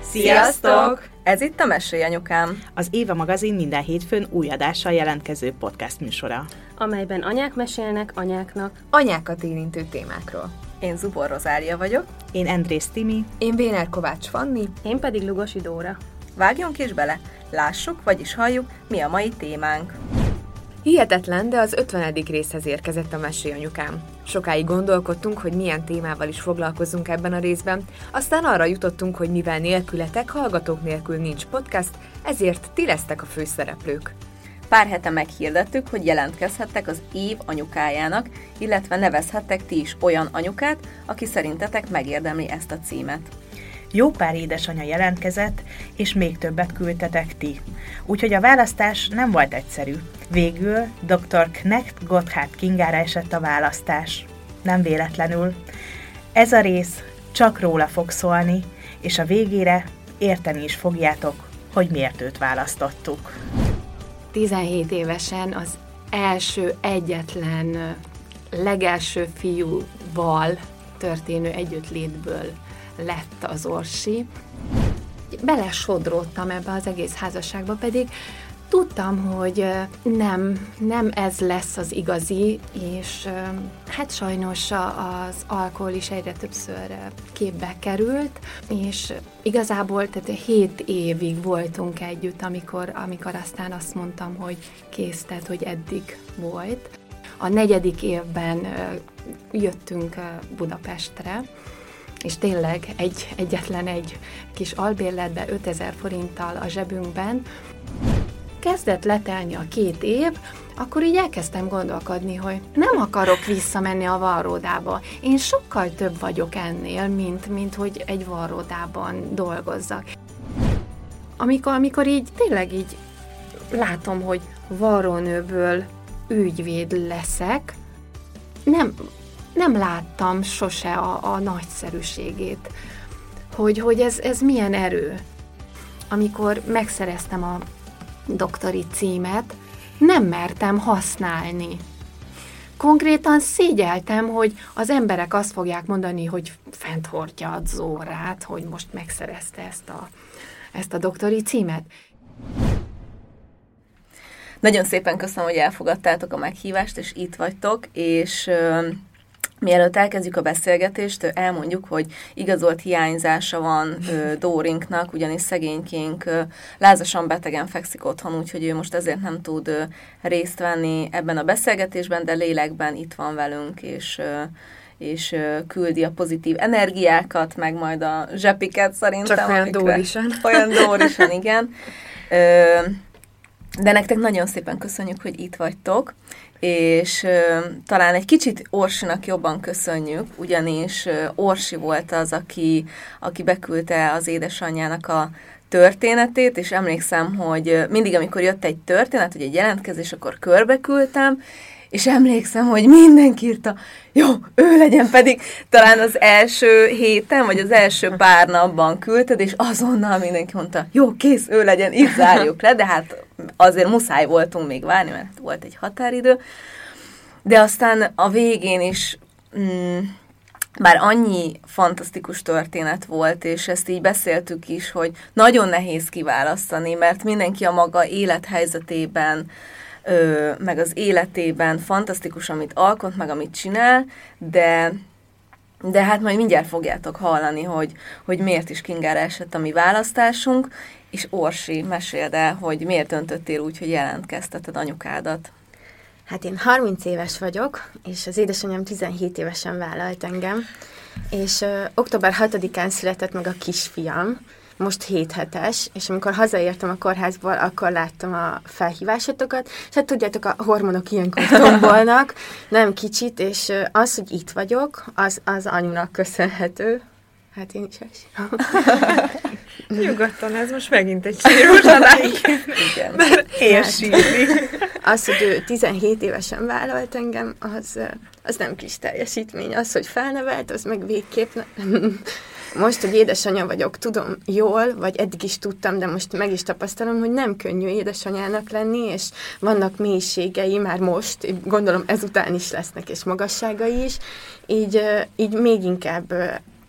Sziasztok! Ez itt a Mesélj Anyukám, az Éva magazin minden hétfőn új adással jelentkező podcast műsora, amelyben anyák mesélnek anyáknak anyákat érintő témákról. Én Zubor Rozália vagyok. Én Endrész Timi. Én Béner Kovács Fanni. Én pedig Lugosi Dóra. Vágjunk is bele, lássuk, vagyis halljuk, mi a mai témánk. Hihetetlen, de az 50. részhez érkezett a Mesélj Anyukám. Sokáig gondolkodtunk, hogy milyen témával is foglalkozunk ebben a részben, aztán arra jutottunk, hogy mivel nélkületek, hallgatók nélkül nincs podcast, ezért ti lesztek a főszereplők. Pár hete meghirdettük, hogy jelentkezhettek az év anyukájának, illetve nevezhettek ti is olyan anyukát, aki szerintetek megérdemli ezt a címet. Jó pár édesanya jelentkezett, és még többet küldtetek ti. Úgyhogy a választás nem volt egyszerű. Végül dr. Knecht Gotthard Kingára esett a választás. Nem véletlenül. Ez a rész csak róla fog szólni, és a végére érteni is fogjátok, hogy miért őt választottuk. 17 évesen az első, egyetlen, legelső fiúval történő együttlétből lett az Orsi. Belesodródtam ebbe az egész házasságba, pedig tudtam, hogy nem ez lesz az igazi, és hát sajnos az alkohol is egyre többször képbe került, és igazából tehát 7 évig voltunk együtt, amikor aztán azt mondtam, hogy kész, tehát hogy eddig volt. A 4. évben jöttünk Budapestre, és tényleg egyetlen egy kis albérletbe 5000 forinttal a zsebünkben. Kezdett letelni a 2 év, akkor így elkezdtem gondolkodni, hogy nem akarok visszamenni a varródába. Én sokkal több vagyok ennél, mint hogy egy varródában dolgozzak. Amikor így tényleg így látom, hogy varrónőből ügyvéd leszek, nem láttam sose a nagyszerűségét, hogy ez milyen erő. Amikor megszereztem a doktori címet, nem mertem használni. Konkrétan szégyeltem, hogy az emberek azt fogják mondani, hogy fent hordja a zórát, hogy most megszerezte ezt a doktori címet. Nagyon szépen köszönöm, hogy elfogadtátok a meghívást, és itt vagytok, és mielőtt elkezdjük a beszélgetést, elmondjuk, hogy igazolt hiányzása van Dórinknak, ugyanis szegénykénk lázasan betegen fekszik otthon, úgyhogy ő most ezért nem tud részt venni ebben a beszélgetésben, de lélekben itt van velünk, és küldi a pozitív energiákat, meg majd a zsepiket szerintem. Csak olyan Dórisan. Olyan Dórisan, igen. De nektek nagyon szépen köszönjük, hogy itt vagytok, és talán egy kicsit Orsinak jobban köszönjük, ugyanis Orsi volt az, aki beküldte az édesanyjának a történetét, és emlékszem, hogy mindig, amikor jött egy történet, vagy egy jelentkezés, akkor körbeküldtem, és emlékszem, hogy mindenki írta, jó, ő legyen, pedig talán az első héten, vagy az első pár napban küldted, és azonnal mindenki mondta, jó, kész, ő legyen, itt zárjuk le, de hát azért muszáj voltunk még várni, mert volt egy határidő. De aztán a végén is, bár annyi fantasztikus történet volt, és ezt így beszéltük is, hogy nagyon nehéz kiválasztani, mert mindenki a maga élethelyzetében, meg az életében fantasztikus, amit alkot, meg amit csinál, de hát majd mindjárt fogjátok hallani, hogy miért is Kingára esett a mi választásunk, és Orsi, meséld el, hogy miért döntöttél úgy, hogy jelentkezteted anyukádat. Hát én 30 éves vagyok, és az édesanyám 17 évesen vállalt engem, és október 6-án született meg a kisfiam, most 7 hetes, és amikor hazaértem a kórházból, akkor láttam a felhívásotokat, és hát tudjátok, a hormonok ilyenkor tombolnak, nem kicsit, és az, hogy itt vagyok, az anyunak köszönhető. Hát én is Nyugodtan, ez most megint egy sírós adály. Igen. Mert érsíri. Az, hogy ő 17 évesen vállalt engem, az nem kis teljesítmény. Az, hogy felnevelt, az meg végképp Most, hogy édesanyja vagyok, tudom jól, vagy eddig is tudtam, de most meg is tapasztalom, hogy nem könnyű édesanyának lenni, és vannak mélységei már most, gondolom ezután is lesznek, és magasságai is, így még inkább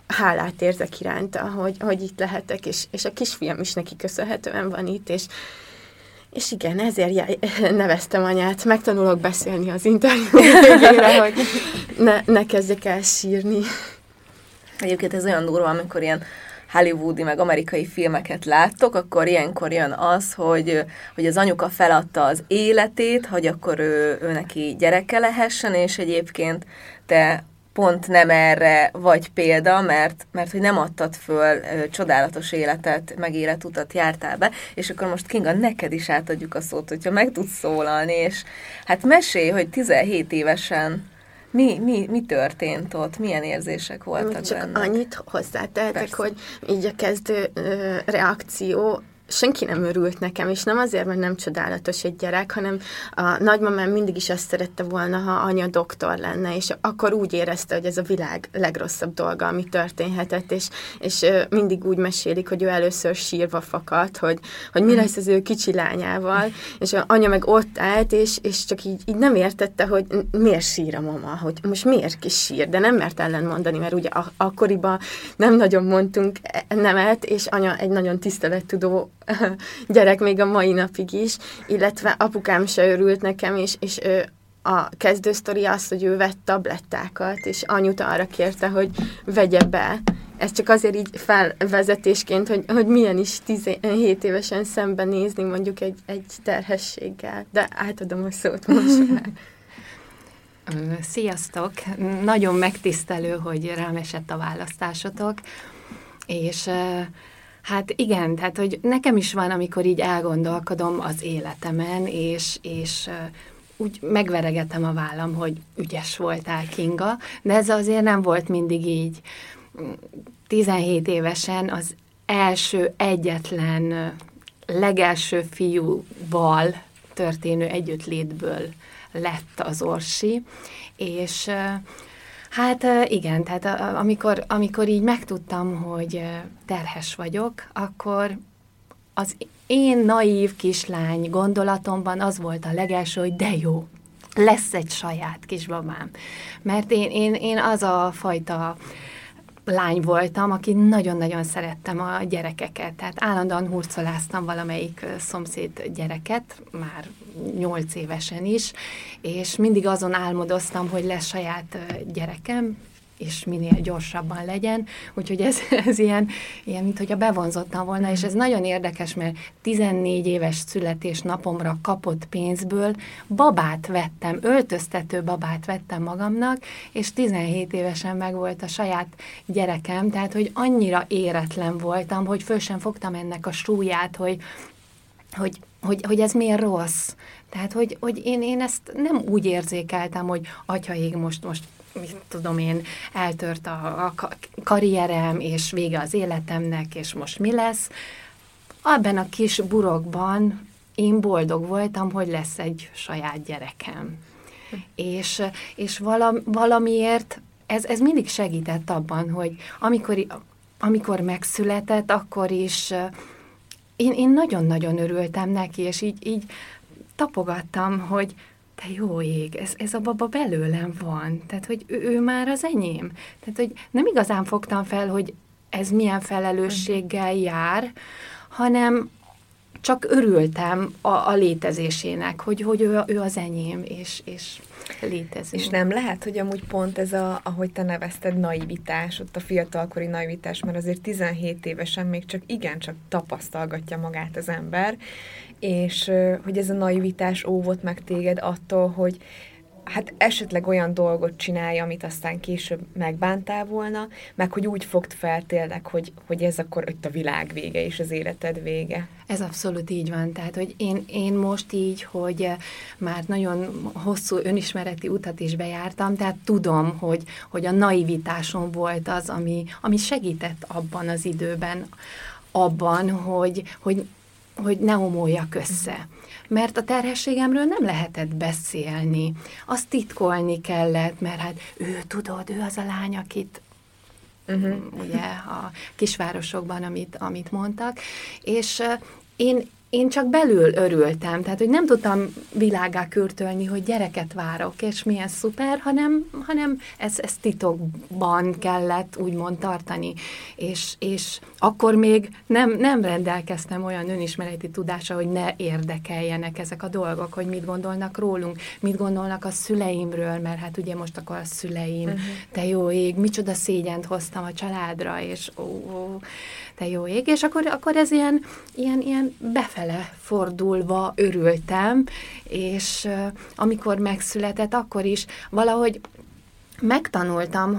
hálát érzek iránta, hogy itt lehetek, és a kisfiam is neki köszönhetően van itt, és igen, ezért neveztem anyát. Megtanulok beszélni az interjú végére, hogy ne kezdjek el sírni. Egyébként ez olyan durva, amikor ilyen hollywoodi, meg amerikai filmeket láttok, akkor ilyenkor jön az, hogy az anyuka feladta az életét, hogy akkor ő neki gyereke lehessen, és egyébként te pont nem erre vagy példa, mert hogy nem adtad föl, csodálatos életet, meg életutat jártál be, és akkor most Kinga, neked is átadjuk a szót, hogyha meg tudsz szólalni, és hát mesélj, hogy 17 évesen mi történt ott, milyen érzések voltak csak benne? Annyit hozzátehetek, hogy így a kezdő reakció, senki nem örült nekem, és nem azért, mert nem csodálatos egy gyerek, hanem a nagymamám mindig is azt szerette volna, ha anya doktor lenne, és akkor úgy érezte, hogy ez a világ legrosszabb dolga, ami történhetett, és mindig úgy mesélik, hogy ő először sírva fakadt, hogy mi lesz az ő kicsi lányával, és anya meg ott állt, és csak így nem értette, hogy miért sír a mama, hogy most miért kis sír, de nem mert ellentmondani, mert ugye akkoriban nem nagyon mondtunk nemet, és anya egy nagyon tisztelettudó gyerek még a mai napig is, illetve apukám se örült nekem, és a kezdősztori az, hogy ő vett tablettákat, és anyut arra kérte, hogy vegye be. Ez csak azért így felvezetésként, hogy milyen is 17 évesen szembenézni mondjuk egy terhességgel. De átadom a szót most már. Sziasztok! Nagyon megtisztelő, hogy rám esett a választásotok, és hát igen, tehát, hogy nekem is van, amikor így elgondolkodom az életemen, és úgy megveregetem a vállam, hogy ügyes voltál, Kinga, de ez azért nem volt mindig így. 17 évesen az legelső fiúval történő együttlétből lett az Orsi, és hát igen, tehát amikor így megtudtam, hogy terhes vagyok, akkor az én naív kislány gondolatomban az volt a legelső, hogy de jó, lesz egy saját kisbabám. Mert én az a fajta lány voltam, aki nagyon-nagyon szerettem a gyerekeket. Tehát állandóan hurcoláztam valamelyik szomszéd gyereket, már 8 évesen is, és mindig azon álmodoztam, hogy lesz saját gyerekem, és minél gyorsabban legyen. Úgyhogy ez ilyen mint hogyha bevonzottam volna, és ez nagyon érdekes, mert 14 éves születésnapomra kapott pénzből babát vettem, öltöztető babát vettem magamnak, és 17 évesen meg volt a saját gyerekem, tehát hogy annyira éretlen voltam, hogy föl sem fogtam ennek a súlyát, hogy ez miért rossz. Tehát, hogy én ezt nem úgy érzékeltem, hogy atyaig most mit tudom én, eltört a karrierem, és vége az életemnek, és most mi lesz. Abban a kis burokban én boldog voltam, hogy lesz egy saját gyerekem. És valamiért ez mindig segített abban, hogy amikor megszületett, akkor is én nagyon-nagyon örültem neki, és így tapogattam, hogy te jó ég, ez a baba belőlem van. Tehát, hogy ő már az enyém. Tehát, hogy nem igazán fogtam fel, hogy ez milyen felelősséggel jár, hanem csak örültem a létezésének, hogy ő az enyém, és létezünk. És nem lehet, hogy amúgy pont ez ahogy te nevezted, naivitás, ott a fiatalkori naivitás, mert azért 17 évesen még igencsak tapasztalgatja magát az ember, és hogy ez a naivitás óvott meg téged attól, hogy hát esetleg olyan dolgot csinálja, amit aztán később megbántál volna, meg hogy úgy fogd fel tényleg, hogy ez akkor ott a világ vége és az életed vége. Ez abszolút így van. Tehát, hogy én most így, hogy már nagyon hosszú önismereti utat is bejártam, tehát tudom, hogy a naivitásom volt az, ami segített abban az időben, abban, hogy ne omoljak össze. Mert a terhességemről nem lehetett beszélni. Azt titkolni kellett, mert hát ő az a lány, akit ugye a kisvárosokban, amit mondtak. És én csak belül örültem, tehát hogy nem tudtam világá kürtölni, hogy gyereket várok, és milyen szuper, hanem ez titokban kellett úgymond tartani. És akkor még nem rendelkeztem olyan önismereti tudása, hogy ne érdekeljenek ezek a dolgok, hogy mit gondolnak rólunk, mit gondolnak a szüleimről, mert hát ugye most akkor a szüleim, te jó ég, micsoda szégyent hoztam a családra, és te jó ég, és akkor ez ilyen befele fordulva örültem, és amikor megszületett, akkor is valahogy megtanultam,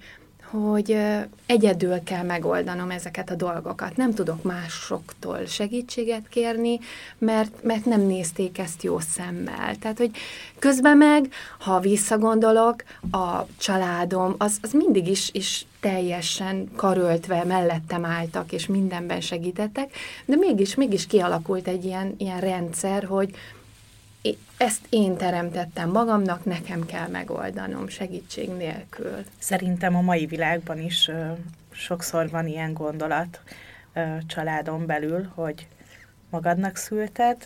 hogy egyedül kell megoldanom ezeket a dolgokat. Nem tudok másoktól segítséget kérni, mert nem nézték ezt jó szemmel. Tehát, hogy közben meg, ha visszagondolok, a családom, az mindig is teljesen karöltve mellettem álltak, és mindenben segítettek, de mégis kialakult egy ilyen rendszer, hogy ezt én teremtettem magamnak, nekem kell megoldanom segítség nélkül. Szerintem a mai világban is sokszor van ilyen gondolat családon belül, hogy magadnak szülted,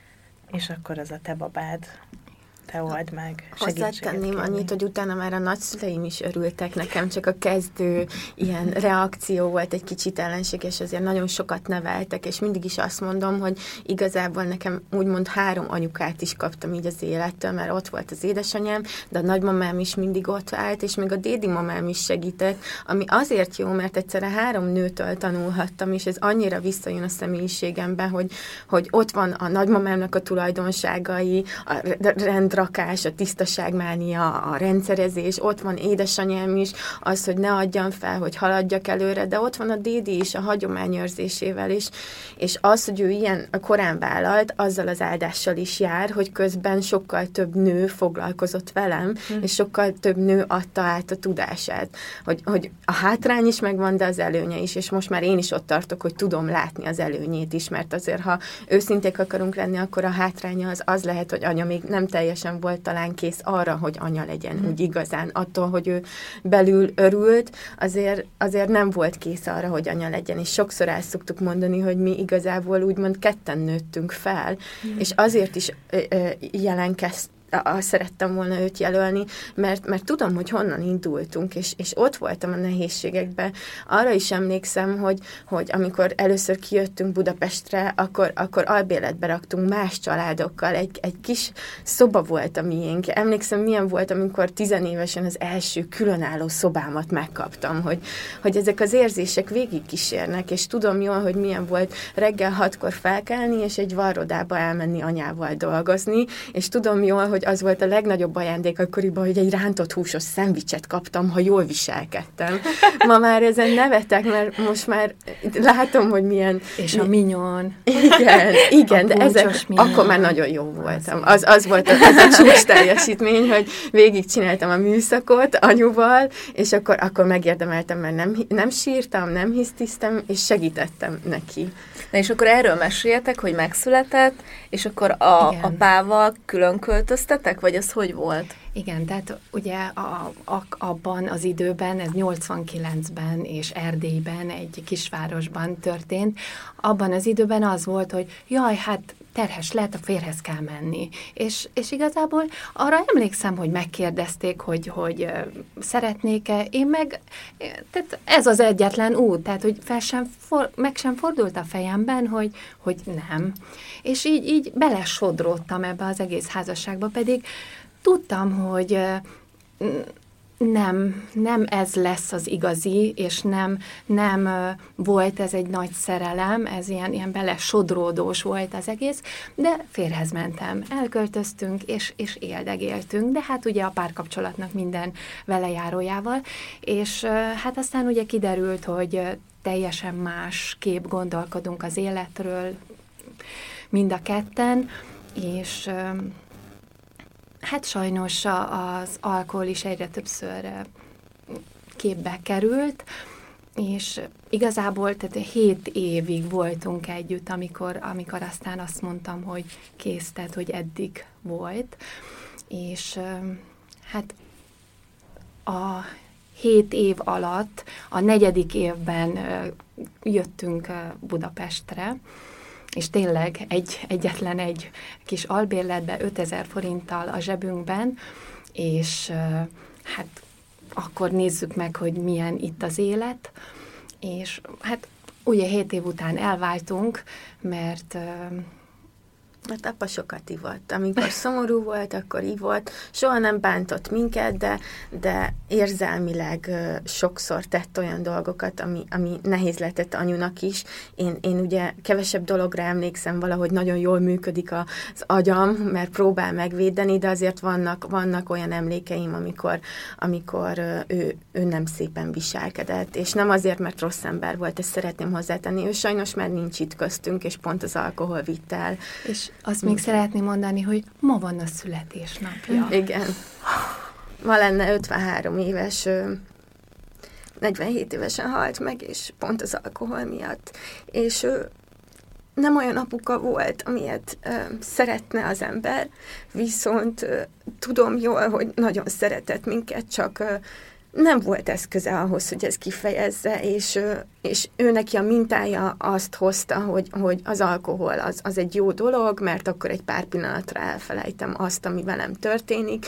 és akkor az a te babád. Te old meg. Hozzátenném annyit, hogy utána már a nagyszüleim is örültek nekem, csak a kezdő ilyen reakció volt egy kicsit ellenséges, azért nagyon sokat neveltek, és mindig is azt mondom, hogy igazából nekem úgymond 3 anyukát is kaptam így az élettől, mert ott volt az édesanyám, de a nagymamám is mindig ott állt, és még a dédimamám is segített, ami azért jó, mert egyszerre 3 nőtől tanulhattam, és ez annyira visszajön a személyiségembe, hogy ott van a nagymamámnak a tulajdonságai, a rakás, a tisztaságmánia, a rendszerezés, ott van édesanyám is, az, hogy ne adjam fel, hogy haladjak előre, de ott van a dédi is a hagyományőrzésével is, és az, hogy ő ilyen korán vállalt, azzal az áldással is jár, hogy közben sokkal több nő foglalkozott velem, és sokkal több nő adta át a tudását, hogy a hátrány is megvan, de az előnye is, és most már én is ott tartok, hogy tudom látni az előnyét is, mert azért, ha őszinték akarunk lenni, akkor a hátránya az lehet, hogy anya még nem teljesen volt talán kész arra, hogy anya legyen úgy igazán. Attól, hogy ő belül örült, azért nem volt kész arra, hogy anya legyen. És sokszor el szoktuk mondani, hogy mi igazából úgymond ketten nőttünk fel, és azért is szerettem volna őt jelölni, mert tudom, hogy honnan indultunk, és ott voltam a nehézségekben. Arra is emlékszem, hogy amikor először kijöttünk Budapestre, akkor albérletbe raktunk más családokkal. Egy kis szoba volt a miénk. Emlékszem, milyen volt, amikor 10 évesen az első különálló szobámat megkaptam, hogy ezek az érzések végigkísérnek, és tudom jól, hogy milyen volt reggel 6-kor felkelni, és egy varrodába elmenni anyával dolgozni, és tudom jól, hogy az volt a legnagyobb ajándék akkoriban, hogy egy rántott húsos szendvicset kaptam, ha jól viselkedtem. Ma már ezen nevetek, mert most már látom, hogy milyen... És a mignon. Igen, de ezek akkor már nagyon jó voltam. Az volt az a csúcs teljesítmény, hogy végigcsináltam a műszakot anyuval, és akkor megérdemeltem, mert nem sírtam, nem hisztiztem, és segítettem neki. Na és akkor erről meséljetek, hogy megszületett, és akkor apával külön költöztetek, vagy az hogy volt? Igen, tehát ugye abban az időben, ez 89-ben és Erdélyben, egy kisvárosban történt, abban az időben az volt, hogy jaj, hát terhes lehet, a férhez kell menni. És igazából arra emlékszem, hogy megkérdezték, hogy szeretnék-e, én meg, tehát ez az egyetlen út, tehát hogy meg sem fordult a fejemben, hogy nem. És így belesodródtam ebbe az egész házasságba, pedig tudtam, hogy nem ez lesz az igazi, és nem volt ez egy nagy szerelem, ez ilyen belesodródós volt az egész, de férhez mentem, elköltöztünk, és éldegéltünk, de hát ugye a párkapcsolatnak minden velejárójával, és hát aztán ugye kiderült, hogy teljesen más kép gondolkodunk az életről, mind a ketten, és hát sajnos az alkohol is egyre többször képbe került, és igazából tehát 7 évig voltunk együtt, amikor aztán azt mondtam, hogy kész, tehát hogy eddig volt, és hát a 7 év alatt a 4. évben jöttünk Budapestre, és tényleg egyetlen egy kis albérletbe 5000 forinttal a zsebünkben, és hát akkor nézzük meg, hogy milyen itt az élet, és hát ugye 7 év után elváltunk, mert apa sokat ivott. Amikor szomorú volt, akkor ivott. Soha nem bántott minket, de érzelmileg sokszor tett olyan dolgokat, ami nehéz lehetett anyunak is. Én ugye kevesebb dologra emlékszem, valahogy nagyon jól működik az agyam, mert próbál megvédeni, de azért vannak olyan emlékeim, amikor ő nem szépen viselkedett, és nem azért, mert rossz ember volt, ezt szeretném hozzátenni. Ő sajnos már nincs itt köztünk, és pont az alkohol vitt el. És azt még szeretném mondani, hogy ma van a születésnapja. Igen. Ma lenne 53 éves, 47 évesen halt meg, és pont az alkohol miatt. És nem olyan apuka volt, amilyet szeretne az ember, viszont tudom jól, hogy nagyon szeretett minket, csak nem volt eszköze ahhoz, hogy ezt kifejezze, és ő neki a mintája azt hozta, hogy az alkohol az egy jó dolog, mert akkor egy pár pillanatra elfelejtem azt, ami velem történik.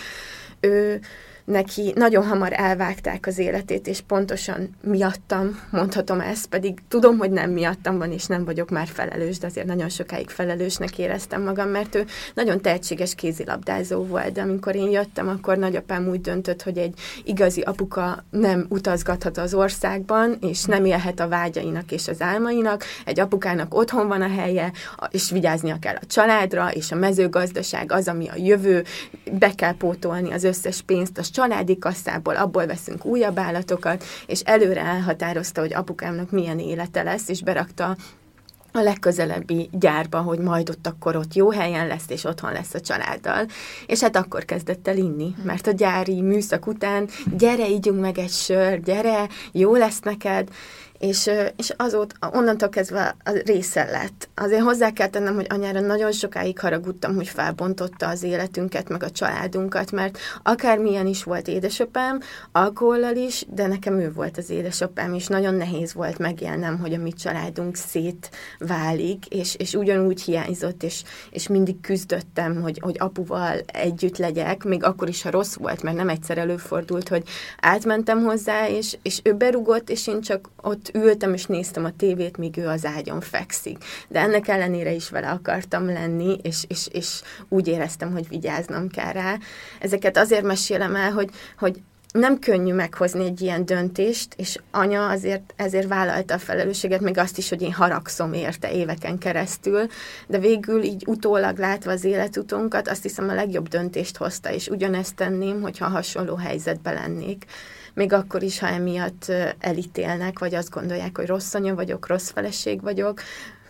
Neki nagyon hamar elvágták az életét, és pontosan miattam mondhatom ezt, pedig tudom, hogy nem miattam van, és nem vagyok már felelős, de azért nagyon sokáig felelősnek éreztem magam, mert ő nagyon tehetséges kézilabdázó volt, de amikor én jöttem, akkor nagyapám úgy döntött, hogy egy igazi apuka nem utazgathat az országban, és nem élhet a vágyainak és az álmainak, egy apukának otthon van a helye, és vigyáznia kell a családra, és a mezőgazdaság az, ami a jövő, be kell pótolni az összes pénzt a családi kasszából, abból veszünk újabb állatokat, és előre elhatározta, hogy apukámnak milyen élete lesz, és berakta a legközelebbi gyárba, hogy majd ott jó helyen lesz, és otthon lesz a családdal. És hát akkor kezdett el inni, mert a gyári műszak után gyere, ígyunk meg egy sör, gyere, jó lesz neked, és azóta, onnantól kezdve a része lett. Azért hozzá kell tennem, hogy anyára nagyon sokáig haragudtam, hogy felbontotta az életünket, meg a családunkat, mert akármilyen is volt édesapám, alkohollal is, de nekem ő volt az édesapám, és nagyon nehéz volt megélnem, hogy a mi családunk szétválik, és ugyanúgy hiányzott, és mindig küzdöttem, hogy apuval együtt legyek, még akkor is, ha rossz volt, mert nem egyszer előfordult, hogy átmentem hozzá, és ő berugott, és én csak ott ültem, és néztem a tévét, míg ő az ágyon fekszik. De ennek ellenére is vele akartam lenni, és úgy éreztem, hogy vigyáznom kell rá. Ezeket azért mesélem el, hogy nem könnyű meghozni egy ilyen döntést, és anya ezért vállalta a felelősséget, még azt is, hogy én haragszom érte éveken keresztül, de végül így utólag látva az életutunkat, azt hiszem a legjobb döntést hozta, és ugyanezt tenném, hogyha hasonló helyzetben lennék. Még akkor is, ha emiatt elítélnek, vagy azt gondolják, hogy rossz anya vagyok, rossz feleség vagyok,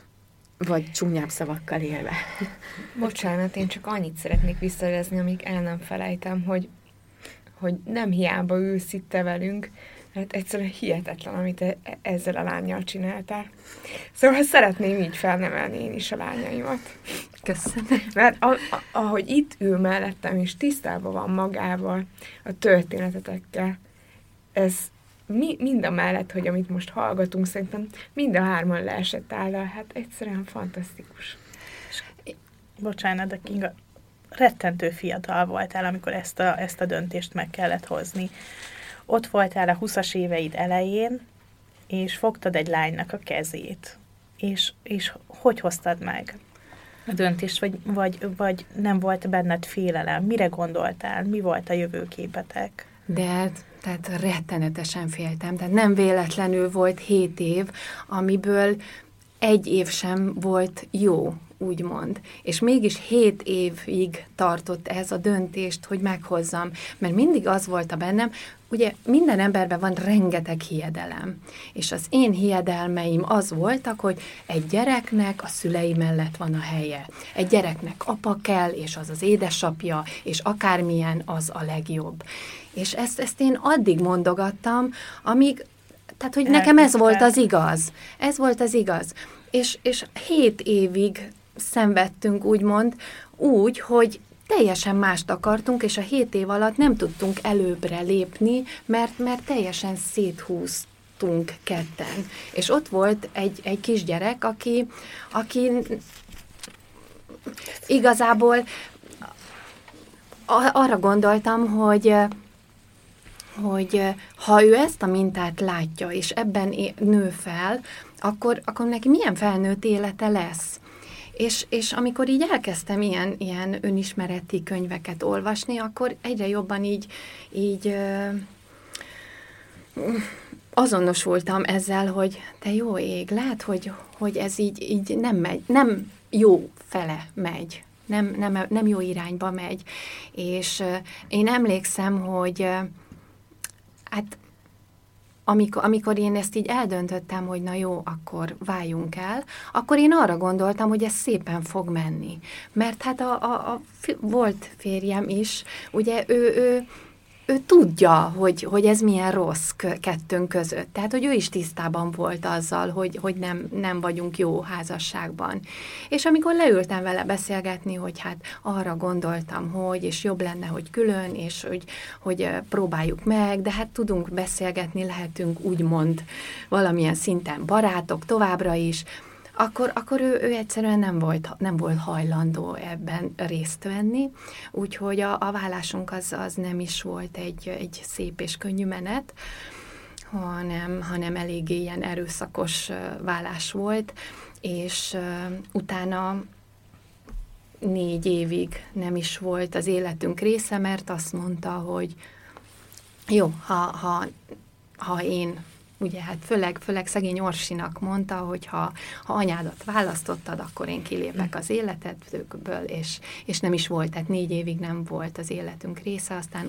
vagy csúnyább szavakkal élve. Bocsánat, én csak annyit szeretnék visszarezni, amíg el nem felejtem, hogy nem hiába ülsz itt te velünk, mert egyszerűen hihetetlen, amit ezzel a lánnyal csináltál. Szóval szeretném így felnevelni én is a lányaimat. Köszönöm. Mert ahogy itt ül mellettem, és tisztában van magával, a történetetekkel, ez mind a mellett, hogy amit most hallgatunk, szerintem mind a hárman leesett áll, hát egyszerűen fantasztikus. Bocsánat, de Kinga, rettentő fiatal voltál, amikor ezt a döntést meg kellett hozni. Ott voltál a 20-as éveid elején, és fogtad egy lánynak a kezét. És hogy hoztad meg a döntést, vagy nem volt benned félelem? Mire gondoltál? Mi volt a jövőképetek? De tehát rettenetesen féltem. Tehát nem véletlenül volt 7 év, amiből 1 év sem volt jó, úgymond. És mégis 7 évig tartott ez a döntést, hogy meghozzam. Mert mindig az volt a bennem, ugye minden emberben van rengeteg hiedelem. És az én hiedelmeim az voltak, hogy egy gyereknek a szülei mellett van a helye. Egy gyereknek apa kell, és az az édesapja, és akármilyen az a legjobb. És ezt én addig mondogattam, amíg, tehát hogy nekem ez volt az igaz. Ez volt az igaz. És 7 évig szenvedtünk, úgymond, úgy, hogy teljesen mást akartunk, és a 7 év alatt nem tudtunk előbbre lépni, mert teljesen játszottunk ketten. És ott volt egy kisgyerek, aki igazából arra gondoltam, hogy ha ő ezt a mintát látja, és ebben nő fel, akkor neki milyen felnőtt élete lesz. És amikor így elkezdtem ilyen önismereti könyveket olvasni, akkor egyre jobban így azonosultam ezzel, hogy te jó ég, lehet, hogy ez így nem megy, nem jó fele megy. Nem jó irányba megy. És én emlékszem, hogy hát amikor én ezt így eldöntöttem, hogy na jó, akkor váljunk el, akkor én arra gondoltam, hogy ez szépen fog menni. Mert hát a volt férjem is, ugye ő tudja, hogy ez milyen rossz kettőnk között. Tehát, hogy ő is tisztában volt azzal, hogy nem vagyunk jó házasságban. És amikor leültem vele beszélgetni, hogy hát arra gondoltam, hogy, és jobb lenne, hogy külön, és hogy próbáljuk meg, de hát tudunk beszélgetni, lehetünk úgymond valamilyen szinten barátok továbbra is, akkor ő egyszerűen nem volt hajlandó ebben részt venni, úgyhogy a vállásunk az nem is volt egy szép és könnyű menet, hanem eléggé ilyen erőszakos vállás volt, és utána 4 évig nem is volt az életünk része, mert azt mondta, hogy jó, ha én, ugye hát főleg szegény Orsinak mondta, hogy ha anyádat választottad, akkor én kilépek az életedből, és nem is volt, tehát 4 évig nem volt az életünk része, aztán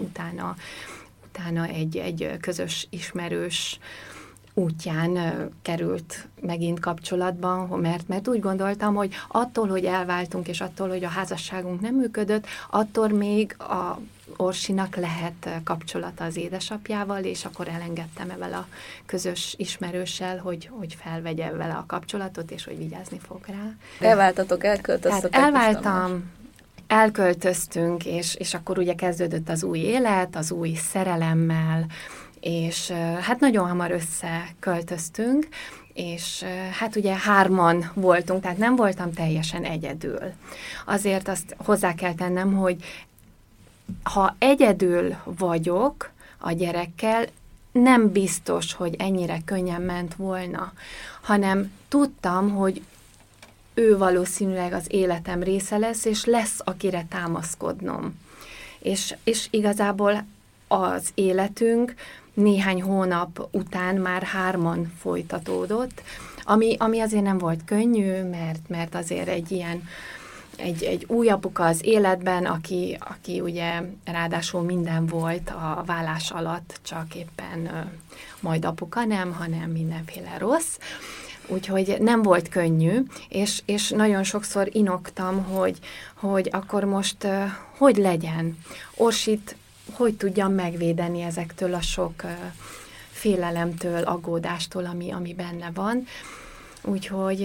utána egy közös ismerős útján került megint kapcsolatban, mert úgy gondoltam, hogy attól, hogy elváltunk, és attól, hogy a házasságunk nem működött, attól még a Orsinak lehet kapcsolata az édesapjával, és akkor elengedtem ebben a közös ismerőssel, hogy felvegye vele a kapcsolatot, és hogy vigyázni fog rá. Elváltatok, elköltöztetek. Tehát elváltam, elköltöztünk, és akkor ugye kezdődött az új élet, az új szerelemmel, és hát nagyon hamar összeköltöztünk, és hát ugye 3 voltunk, tehát nem voltam teljesen egyedül. Azért azt hozzá kell tennem, hogy ha egyedül vagyok a gyerekkel, nem biztos, hogy ennyire könnyen ment volna, hanem tudtam, hogy ő valószínűleg az életem része lesz, és lesz, akire támaszkodnom. És igazából az életünk néhány hónap után már 3 folytatódott, ami azért nem volt könnyű, mert azért egy új apuka az életben, aki ugye ráadásul minden volt a vállás alatt, csak éppen majd apuka nem, hanem mindenféle rossz. Úgyhogy nem volt könnyű, és nagyon sokszor inoktam, hogy akkor most hogy legyen. Orsit hogy tudjam megvédeni ezektől a sok félelemtől, aggódástól, ami benne van. Úgyhogy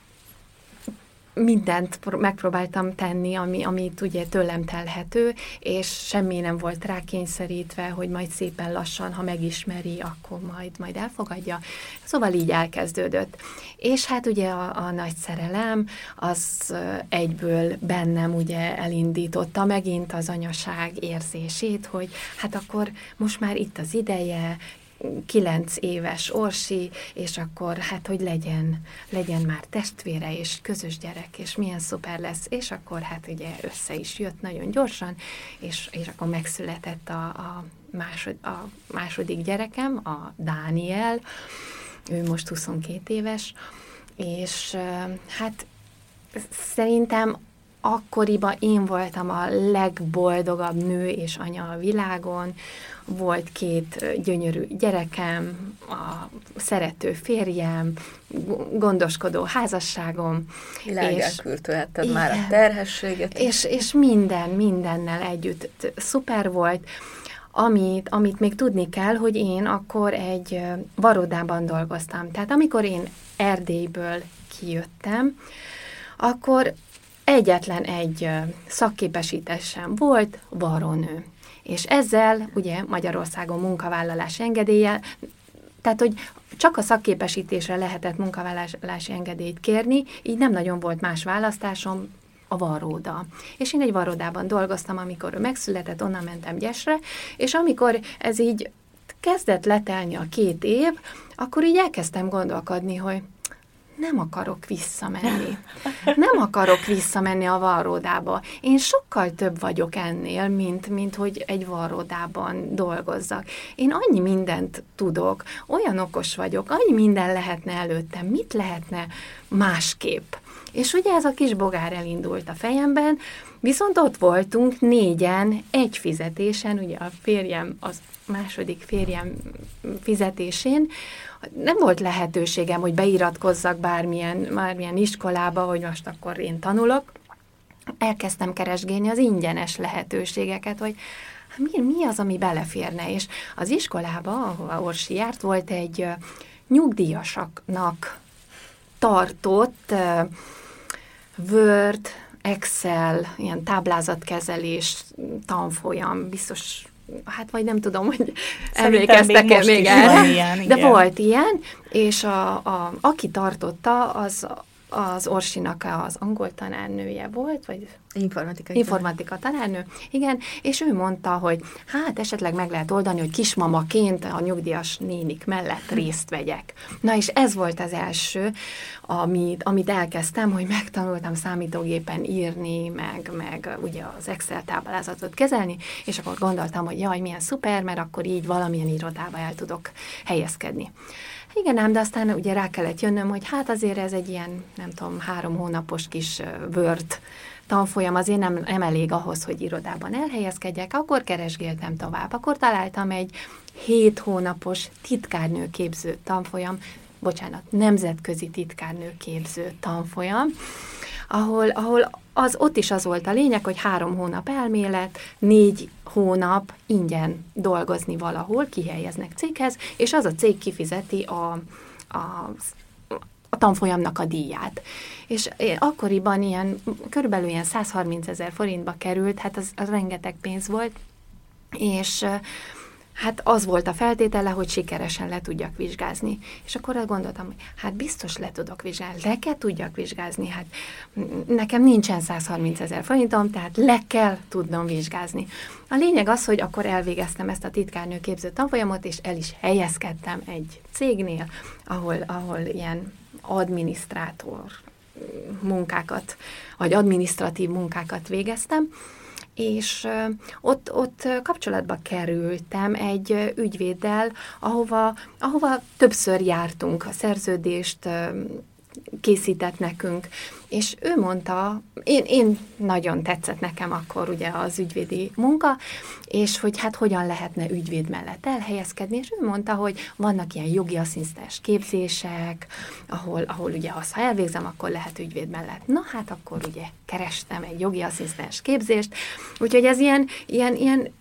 mindent megpróbáltam tenni, amit ugye tőlem telhető, és semmi nem volt rákényszerítve, hogy majd szépen lassan, ha megismeri, akkor majd elfogadja. Szóval így elkezdődött. És hát ugye a nagy szerelem, az egyből bennem ugye elindította megint az anyaság érzését, hogy hát akkor most már itt az ideje, 9 éves Orsi, és akkor hát, hogy legyen már testvére, és közös gyerek, és milyen szuper lesz, és akkor hát ugye össze is jött nagyon gyorsan, és akkor megszületett a második gyerekem, a Dániel, ő most 22 éves, és hát szerintem akkoriban én voltam a legboldogabb nő és anya a világon, volt 2 gyönyörű gyerekem, a szerető férjem, gondoskodó házasságom. Elküldhetted már a terhességet. És mindennel együtt szuper volt. Amit még tudni kell, hogy én akkor egy varodában dolgoztam. Tehát amikor én Erdélyből kijöttem, akkor egyetlen egy szakképesítésem volt, varrónő. És ezzel, ugye Magyarországon munkavállalás engedéllyel tehát, hogy csak a szakképesítésre lehetett munkavállalási engedélyt kérni, így nem nagyon volt más választásom, a varróda. És én egy varródában dolgoztam, amikor ő megszületett, onnan mentem Gyesre, és amikor ez így kezdett letelni a 2 év, akkor így elkezdtem gondolkodni, hogy nem akarok visszamenni. Nem akarok visszamenni a varródába. Én sokkal több vagyok ennél, mint hogy egy varródában dolgozzak. Én annyi mindent tudok, olyan okos vagyok, annyi minden lehetne előttem, mit lehetne másképp. És ugye ez a kis bogár elindult a fejemben, viszont ott voltunk 4-en egy fizetésen, ugye a férjem, az második férjem fizetésén, nem volt lehetőségem, hogy beiratkozzak bármilyen iskolába, hogy most akkor én tanulok. Elkezdtem keresgélni az ingyenes lehetőségeket, hogy mi az, ami beleférne. És az iskolába, ahol Orsi járt, volt egy nyugdíjasaknak tartott Word, Excel, ilyen táblázatkezelés tanfolyam, biztos, hát vagy nem tudom, hogy emlékeztek-e még el, de igen. Volt ilyen, és aki tartotta, az Orsinak az angol tanárnője volt, vagy informatika tanárnő, igen, és ő mondta, hogy hát esetleg meg lehet oldani, hogy kismamaként a nyugdíjas nénik mellett részt vegyek. Na és ez volt az első, amit elkezdtem, hogy megtanultam számítógépen írni, meg ugye az Excel táblázatot kezelni, és akkor gondoltam, hogy jaj, milyen szuper, mert akkor így valamilyen irodába el tudok helyezkedni. Igen ám, de aztán ugye rá kellett jönnöm, hogy hát azért ez egy ilyen, nem tudom, 3 hónapos kis Word tanfolyam azért nem elég ahhoz, hogy irodában elhelyezkedjek, akkor keresgéltem tovább. Akkor találtam egy 7 hónapos titkárnőképző tanfolyam, nemzetközi titkárnőképző tanfolyam, ahol ott is az volt a lényeg, hogy 3 hónap elmélet, 4 hónap ingyen dolgozni valahol, kihelyeznek céghez, és az a cég kifizeti a tanfolyamnak a díját. És akkoriban körülbelül ilyen 130 000 forintba került, hát az rengeteg pénz volt, és hát az volt a feltétele, hogy sikeresen le tudjak vizsgázni. És akkor azt gondoltam, hogy hát biztos le tudok vizsgálni, le kell tudjak vizsgázni, hát nekem nincsen 130 000 forintom, tehát le kell tudnom vizsgázni. A lényeg az, hogy akkor elvégeztem ezt a titkárnőképző tanfolyamot, és el is helyezkedtem egy cégnél, ahol ilyen adminisztrátor munkákat, vagy adminisztratív munkákat végeztem, és ott kapcsolatba kerültem egy ügyvéddel, ahova többször jártunk, a szerződést készített nekünk, és ő mondta, én nagyon tetszett nekem akkor ugye az ügyvédi munka, és hogy hát hogyan lehetne ügyvéd mellett elhelyezkedni, és ő mondta, hogy vannak ilyen jogi asszisztens képzések, ahol ugye ha elvégzem, akkor lehet ügyvéd mellett. Na hát akkor ugye kerestem egy jogi asszisztens képzést, úgyhogy ez ilyen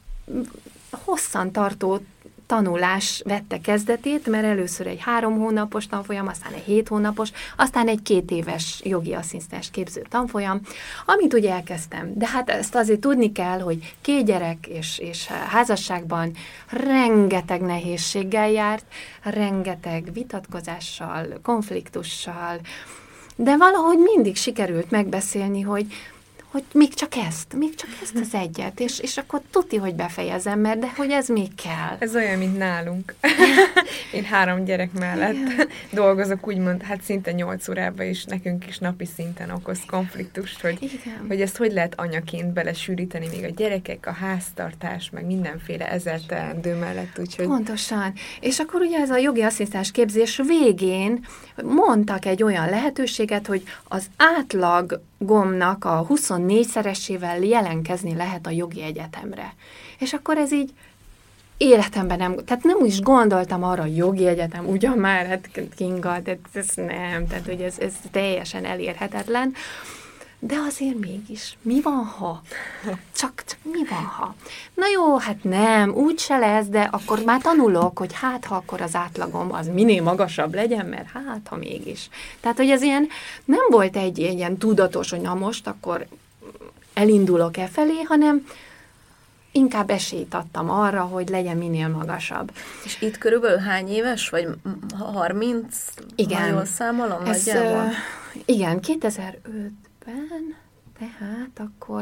hosszan tartó tanulás vette kezdetét, mert először egy 3 hónapos tanfolyam, aztán egy 7 hónapos, aztán egy 2 éves jogi asszisztens képző tanfolyam, amit ugye elkezdtem. De hát ezt azért tudni kell, hogy 2 gyerek és házasságban rengeteg nehézséggel járt, rengeteg vitatkozással, konfliktussal, de valahogy mindig sikerült megbeszélni, hogy még csak ezt az egyet, és akkor tuti, hogy befejezem, mert de hogy ez még kell. Ez olyan, mint nálunk. Én 3 gyerek mellett dolgozok, úgymond, hát szinte 8 órában is nekünk is napi szinten okoz konfliktust, hogy ezt hogy lehet anyaként belesűríteni, még a gyerekek, a háztartás, meg mindenféle ezer teendő mellett, úgyhogy... Pontosan. És akkor ugye ez a jogi asszisztens képzés végén mondtak egy olyan lehetőséget, hogy az átlag gomnak a 24-szeresével jelentkezni lehet a jogi egyetemre. És akkor ez így életemben tehát nem is gondoltam arra, a jogi egyetem, ugyan már, hát Kinga, de ez nem, tehát hogy ez teljesen elérhetetlen, de azért mégis, mi van, ha? Csak mi van, ha? Na jó, hát nem, úgy se lesz, de akkor már tanulok, hogy hát, ha akkor az átlagom az minél magasabb legyen, mert hát, ha mégis. Tehát, hogy ez ilyen, nem volt egy ilyen tudatos, hogy na most akkor elindulok felé, hanem inkább esélyt adtam arra, hogy legyen minél magasabb. És itt körülbelül hány éves, vagy 30? Igen. Ha jól számolom, nagyjából? Igen, 2005-ben, tehát akkor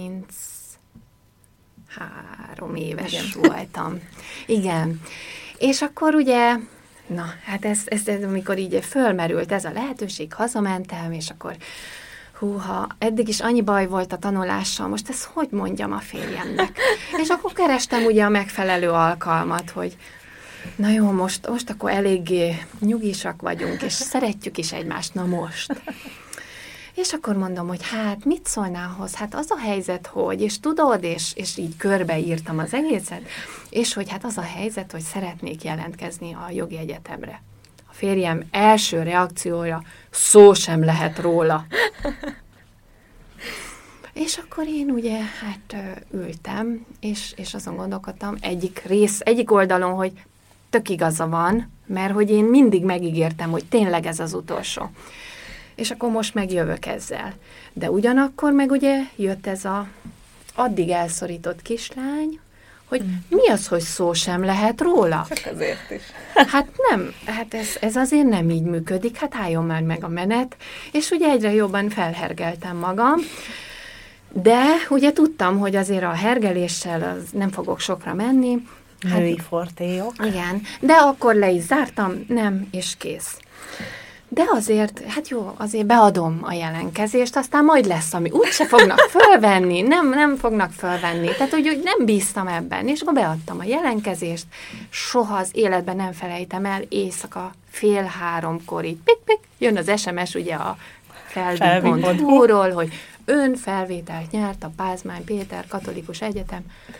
33 éves voltam. Igen. És akkor ugye, na, hát ez amikor így fölmerült ez a lehetőség, hazamentem, és akkor húha, eddig is annyi baj volt a tanulással, most ezt hogy mondjam a férjemnek? És akkor kerestem ugye a megfelelő alkalmat, hogy na jó, most akkor eléggé nyugisak vagyunk, és szeretjük is egymást, na most. És akkor mondom, hogy hát mit szólnál ahhoz? Hát az a helyzet, hogy, és tudod, és így körbeírtam az egészet, és hogy hát az a helyzet, hogy szeretnék jelentkezni a jogi egyetemre. A férjem első reakciója, szó sem lehet róla. És akkor én ugye hát ültem, és azon gondolkodtam egyik oldalon, hogy tök igaza van, mert hogy én mindig megígértem, hogy tényleg ez az utolsó. És akkor most megjövök ezzel. De ugyanakkor meg ugye jött ez a addig elszorított kislány, hogy mi az, hogy szó sem lehet róla? Csak azért is. Hát nem, hát ez azért nem így működik, hát álljon már meg a menet, és ugye egyre jobban felhergeltem magam, de ugye tudtam, hogy azért a hergeléssel az nem fogok sokra menni. Női fortélyok. Igen, de akkor le is zártam, nem, és kész. De azért, hát jó, azért beadom a jelentkezést, aztán majd lesz, ami úgyse fognak fölvenni, nem fognak fölvenni. Tehát, hogy nem bíztam ebben, és akkor beadtam a jelentkezést, soha az életben nem felejtem el, éjszaka 2:30 így pik-pik, jön az SMS ugye a felvi.hu-ról, hogy ön felvételt nyert a Pázmány Péter Katolikus Egyetem.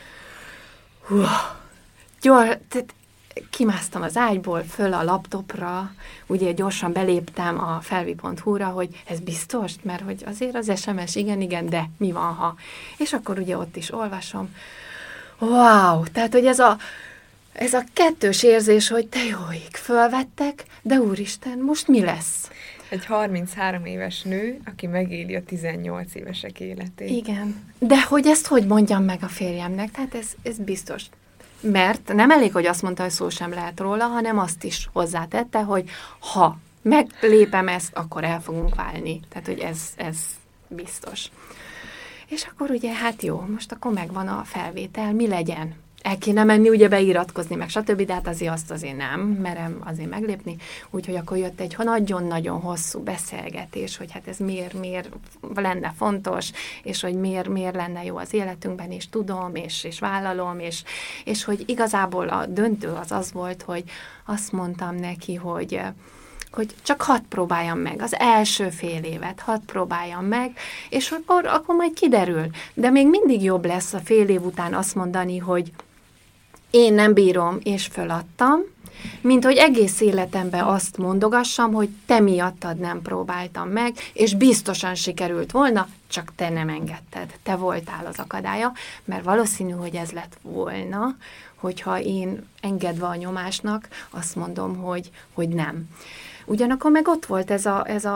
Kimásztam az ágyból, föl a laptopra, ugye gyorsan beléptem a felvi.hu-ra, hogy ez biztos, mert hogy azért az SMS, igen, de mi van, ha? És akkor ugye ott is olvasom. Wow! Tehát, hogy ez a kettős érzés, hogy te jó ég, fölvettek, de úristen, most mi lesz? Egy 33 éves nő, aki megéli a 18 évesek életét. Igen. De hogy ezt hogy mondjam meg a férjemnek? Tehát ez biztos. Mert nem elég, hogy azt mondta, hogy szó sem lehet róla, hanem azt is hozzátette, hogy ha meglépem ezt, akkor el fogunk válni. Tehát, hogy ez biztos. És akkor ugye, hát jó, most akkor megvan a felvétel, mi legyen? El kéne menni, ugye beiratkozni, meg stb., de hát azért nem merem azért meglépni. Úgyhogy akkor jött egy nagyon-nagyon hosszú beszélgetés, hogy hát ez miért lenne fontos, és hogy miért lenne jó az életünkben, és tudom, és vállalom, és hogy igazából a döntő az volt, hogy azt mondtam neki, hogy csak hadd próbáljam meg, az első fél évet hadd próbáljam meg, és akkor majd kiderül. De még mindig jobb lesz a fél év után azt mondani, hogy én nem bírom, és föladtam, mint hogy egész életemben azt mondogassam, hogy te miattad nem próbáltam meg, és biztosan sikerült volna, csak te nem engedted. Te voltál az akadálya, mert valószínű, hogy ez lett volna, hogyha én engedve a nyomásnak azt mondom, hogy nem. Ugyanakkor meg ott volt ez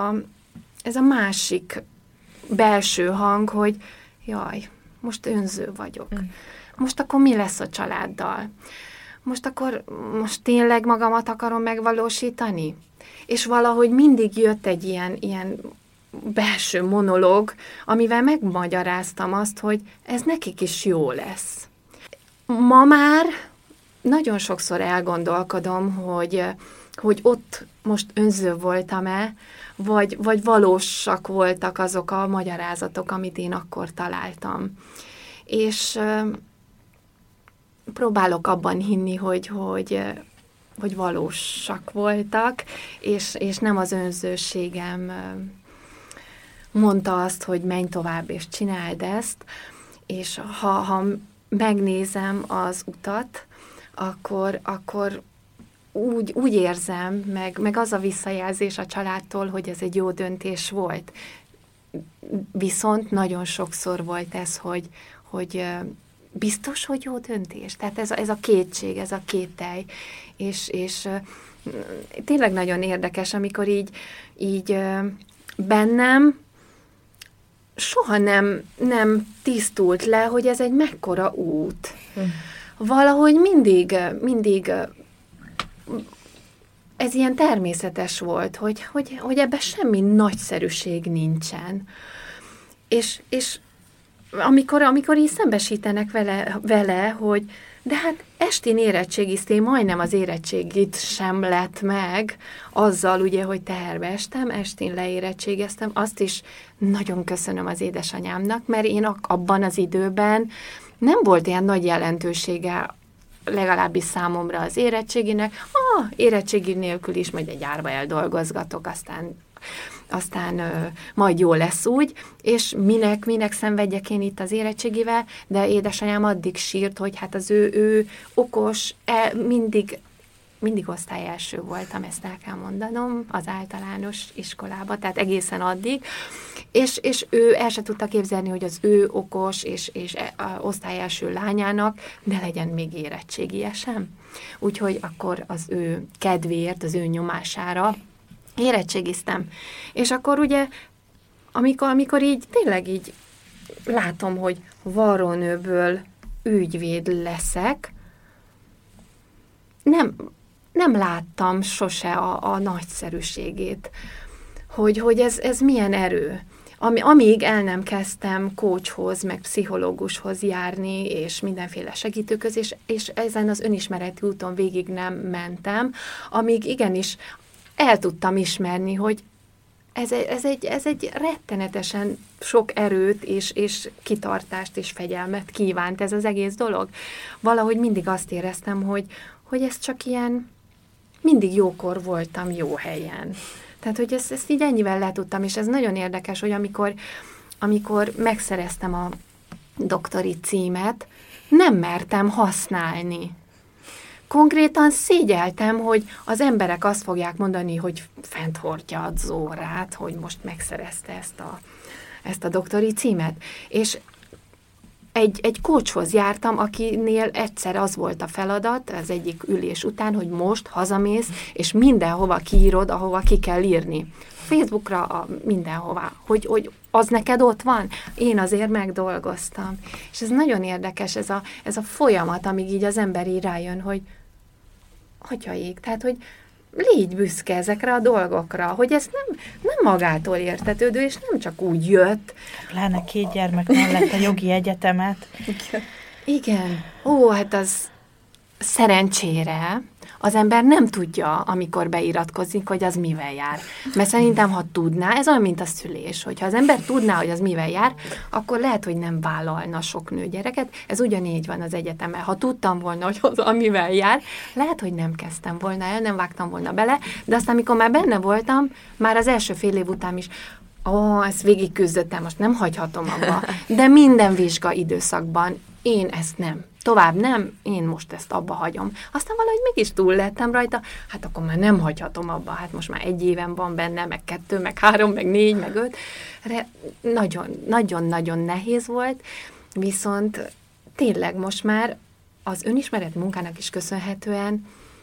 a másik belső hang, hogy jaj, most önző vagyok. Most akkor mi lesz a családdal? Most tényleg magamat akarom megvalósítani? És valahogy mindig jött egy ilyen belső monológ, amivel megmagyaráztam azt, hogy ez nekik is jó lesz. Ma már nagyon sokszor elgondolkodom, hogy ott most önző voltam-e, vagy valósak voltak azok a magyarázatok, amit én akkor találtam. És próbálok abban hinni, hogy valósak voltak, és nem az önzőségem mondta azt, hogy menj tovább és csináld ezt, és ha megnézem az utat, akkor úgy érzem, meg az a visszajelzés a családtól, hogy ez egy jó döntés volt. Viszont nagyon sokszor volt ez, hogy biztos, hogy jó döntés. Tehát ez a kétség, ez a kételj. És tényleg nagyon érdekes, amikor így bennem soha nem tisztult le, hogy ez egy mekkora út. Valahogy mindig ez ilyen természetes volt, hogy ebben semmi nagyszerűség nincsen. És amikor így szembesítenek vele, hogy de hát estén érettségiztél, majdnem az érettségit sem lett meg, azzal ugye, hogy teherbe estem, estén leérettségeztem, azt is nagyon köszönöm az édesanyámnak, mert én abban az időben nem volt ilyen nagy jelentősége, legalábbis számomra az érettséginek, érettségi nélkül is majd egy árba eldolgozgatok, aztán majd jó lesz úgy, és minek szenvedjek én itt az érettségivel, de édesanyám addig sírt, hogy hát az ő okos, mindig osztály első voltam, ezt el kell mondanom, az általános iskolába, tehát egészen addig, és ő el se tudta képzelni, hogy az ő okos és osztály első lányának ne legyen még érettségie sem. Úgyhogy akkor az ő kedvéért, az ő nyomására érettségiztem. És akkor ugye, amikor így tényleg így látom, hogy varrónőből ügyvéd leszek, nem láttam sose a nagyszerűségét, hogy ez milyen erő. Amíg el nem kezdtem coachhoz, meg pszichológushoz járni, és mindenféle segítőköz, és ezen az önismereti úton végig nem mentem, amíg igenis el tudtam ismerni, hogy ez egy rettenetesen sok erőt és kitartást és fegyelmet kívánt ez az egész dolog. Valahogy mindig azt éreztem, hogy ez csak ilyen, mindig jókor voltam jó helyen. Tehát, hogy ezt így ennyivel letudtam, és ez nagyon érdekes, hogy amikor megszereztem a doktori címet, nem mertem használni. Konkrétan szégyeltem, hogy az emberek azt fogják mondani, hogy fent hordja a zórát, hogy most megszerezte ezt a doktori címet. És egy coachhoz jártam, akinél egyszer az volt a feladat az egyik ülés után, hogy most hazamész, és mindenhova kiírod, ahova ki kell írni. Facebookra, mindenhova, hogy az neked ott van. Én azért megdolgoztam. És ez nagyon érdekes, ez a folyamat, amíg így az ember így rájön, hogy atyaik, tehát, hogy légy büszke ezekre a dolgokra, hogy ez nem magától értetődő, és nem csak úgy jött. Pláne 2 gyermek mellett a jogi egyetemet. Igen. Hát az szerencsére az ember nem tudja, amikor beiratkozik, hogy az mivel jár. Mert szerintem, ha tudná, ez olyan, mint a szülés, hogyha az ember tudná, hogy az mivel jár, akkor lehet, hogy nem vállalna sok nő gyereket. Ez ugyanígy van az egyetemen. Ha tudtam volna, hogy az amivel jár, lehet, hogy nem kezdtem volna el, nem vágtam volna bele, de aztán, amikor már benne voltam, már az első fél év után is, ezt végig küzdöttem, most nem hagyhatom abba. De minden vizsga időszakban én ezt nem. Tovább nem, én most ezt abba hagyom. Aztán valahogy mégis túl lettem rajta, hát akkor már nem hagyhatom abba, hát most már 1 éven van benne, meg 2, meg 3, meg 4, meg 5. Nagyon-nagyon nehéz volt, viszont tényleg most már az önismereti munkának is köszönhetően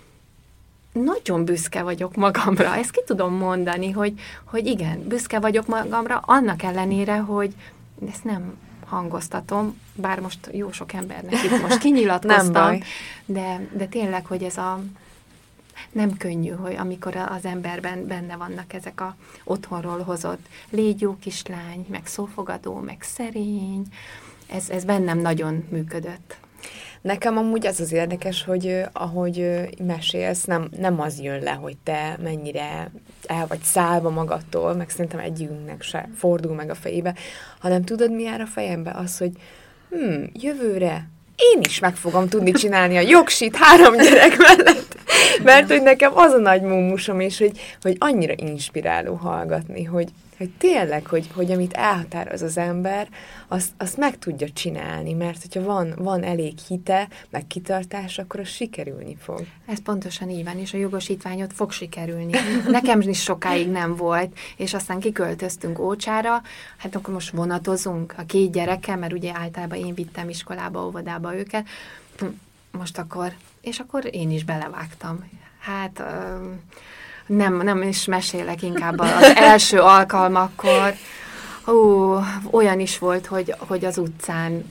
nagyon büszke vagyok magamra. Ezt ki tudom mondani, hogy igen, büszke vagyok magamra, annak ellenére, hogy ezt nem hangoztatom, bár most jó sok embernek itt most kinyilatkoztam, de tényleg, hogy ez nem könnyű, hogy amikor az emberben benne vannak ezek a otthonról hozott légy jó kislány, meg szófogadó, meg szerény, ez bennem nagyon működött. Nekem amúgy az érdekes, hogy ahogy mesélsz, nem az jön le, hogy te mennyire el vagy szállva magadtól, meg szerintem egyikünknek se fordul meg a fejébe, hanem tudod, mi jár a fejembe? Az, hogy jövőre én is meg fogom tudni csinálni a jogsit 3 gyerek mellett, mert hogy nekem az a nagy mumusom, és hogy annyira inspiráló hallgatni, hogy tényleg, hogy amit elhatároz az ember, azt meg tudja csinálni, mert hogyha van elég hite, meg kitartás, akkor az sikerülni fog. Ez pontosan így van, és a jogosítványod fog sikerülni. Nekem is sokáig nem volt, és aztán kiköltöztünk Ócsára, hát akkor most vonatozunk a 2 gyerekkel, mert ugye általában én vittem iskolába, óvodába őket, most akkor, és akkor én is belevágtam. Hát nem is mesélek inkább az első alkalmakkor, Olyan is volt, hogy az utcán